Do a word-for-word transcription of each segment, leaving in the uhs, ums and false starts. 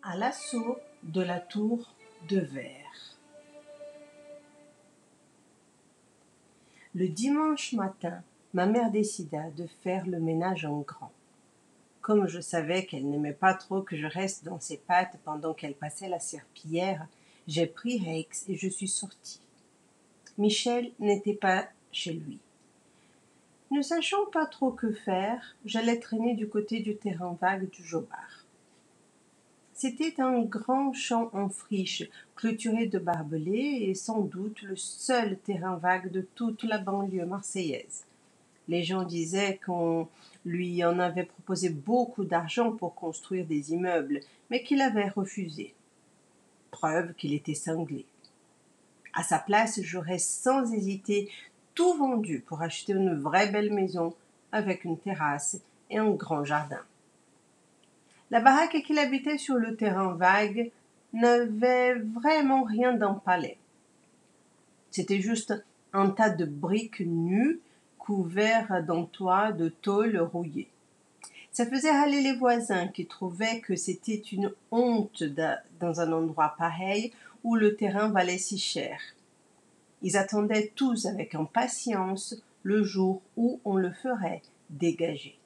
à l'assaut de la tour de verre. Le dimanche matin, ma mère décida de faire le ménage en grand. Comme je savais qu'elle n'aimait pas trop que je reste dans ses pattes pendant qu'elle passait la serpillière, j'ai pris Rex et je suis sortie. Michel n'était pas chez lui. Ne sachant pas trop que faire, j'allais traîner du côté du terrain vague du Jobard. C'était un grand champ en friche, clôturé de barbelés et sans doute le seul terrain vague de toute la banlieue marseillaise. Les gens disaient qu'on lui en avait proposé beaucoup d'argent pour construire des immeubles, mais qu'il avait refusé. Preuve qu'il était cinglé. À sa place, j'aurais sans hésiter tout vendu pour acheter une vraie belle maison avec une terrasse et un grand jardin. La baraque qu'il habitait sur le terrain vague n'avait vraiment rien d'un palais. C'était juste un tas de briques nues couverts d'un toit de tôle rouillée. Ça faisait râler les voisins qui trouvaient que c'était une honte dans un endroit pareil où le terrain valait si cher. Ils attendaient tous avec impatience le jour où on le ferait dégager.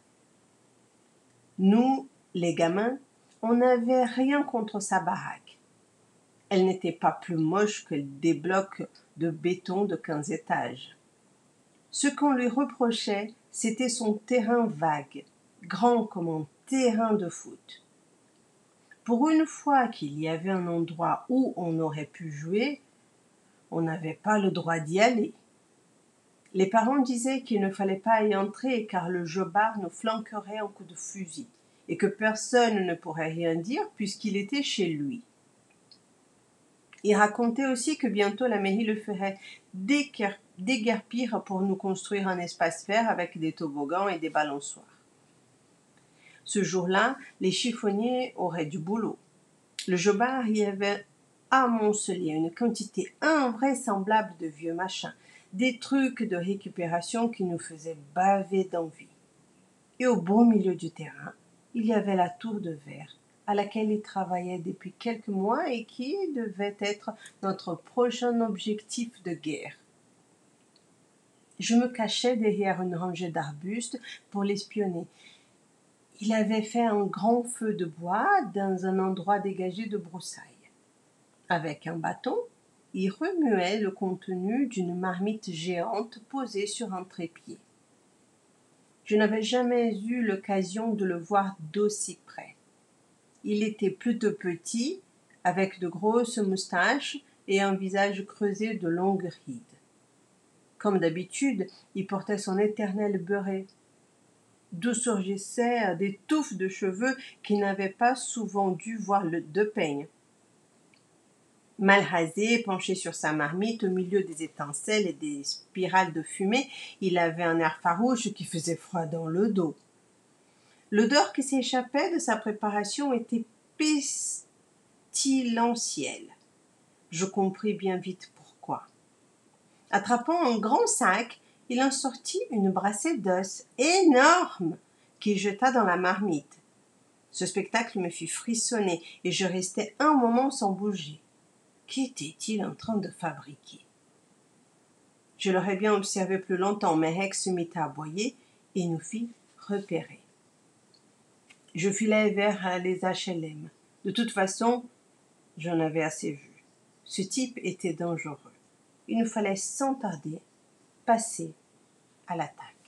Nous, les gamins, on n'avait rien contre sa baraque. Elle n'était pas plus moche que des blocs de béton de quinze étages. Ce qu'on lui reprochait, c'était son terrain vague, grand comme un terrain de foot. Pour une fois qu'il y avait un endroit où on aurait pu jouer, on n'avait pas le droit d'y aller. Les parents disaient qu'il ne fallait pas y entrer car le Jobard nous flanquerait en coup de fusil et que personne ne pourrait rien dire puisqu'il était chez lui. Il racontait aussi que bientôt la mairie le ferait déguerpir pour nous construire un espace vert avec des toboggans et des balançoires. Ce jour-là, les chiffonniers auraient du boulot. Le Jobard y avait amoncelé une quantité invraisemblable de vieux machins, des trucs de récupération qui nous faisaient baver d'envie. Et au beau milieu du terrain, il y avait la tour de verre, à laquelle il travaillait depuis quelques mois et qui devait être notre prochain objectif de guerre. Je me cachais derrière une rangée d'arbustes pour l'espionner. Il avait fait un grand feu de bois dans un endroit dégagé de broussailles. Avec un bâton, il remuait le contenu d'une marmite géante posée sur un trépied. Je n'avais jamais eu l'occasion de le voir d'aussi près. Il était plutôt petit, avec de grosses moustaches et un visage creusé de longues rides. Comme d'habitude, il portait son éternel béret, d'où surgissaient des touffes de cheveux qui n'avaient pas souvent dû voir le de peigne. Mal rasé, penché sur sa marmite au milieu des étincelles et des spirales de fumée, il avait un air farouche qui faisait froid dans le dos. L'odeur qui s'échappait de sa préparation était pestilentielle. Je compris bien vite pourquoi. Attrapant un grand sac, il en sortit une brassée d'os énorme qu'il jeta dans la marmite. Ce spectacle me fit frissonner et je restai un moment sans bouger. Qu'était-il en train de fabriquer? Je l'aurais bien observé plus longtemps, mais Rex se mit à aboyer et nous fit repérer. Je filai vers les H L M. De toute façon, j'en avais assez vu. Ce type était dangereux. Il nous fallait sans tarder passer à l'attaque.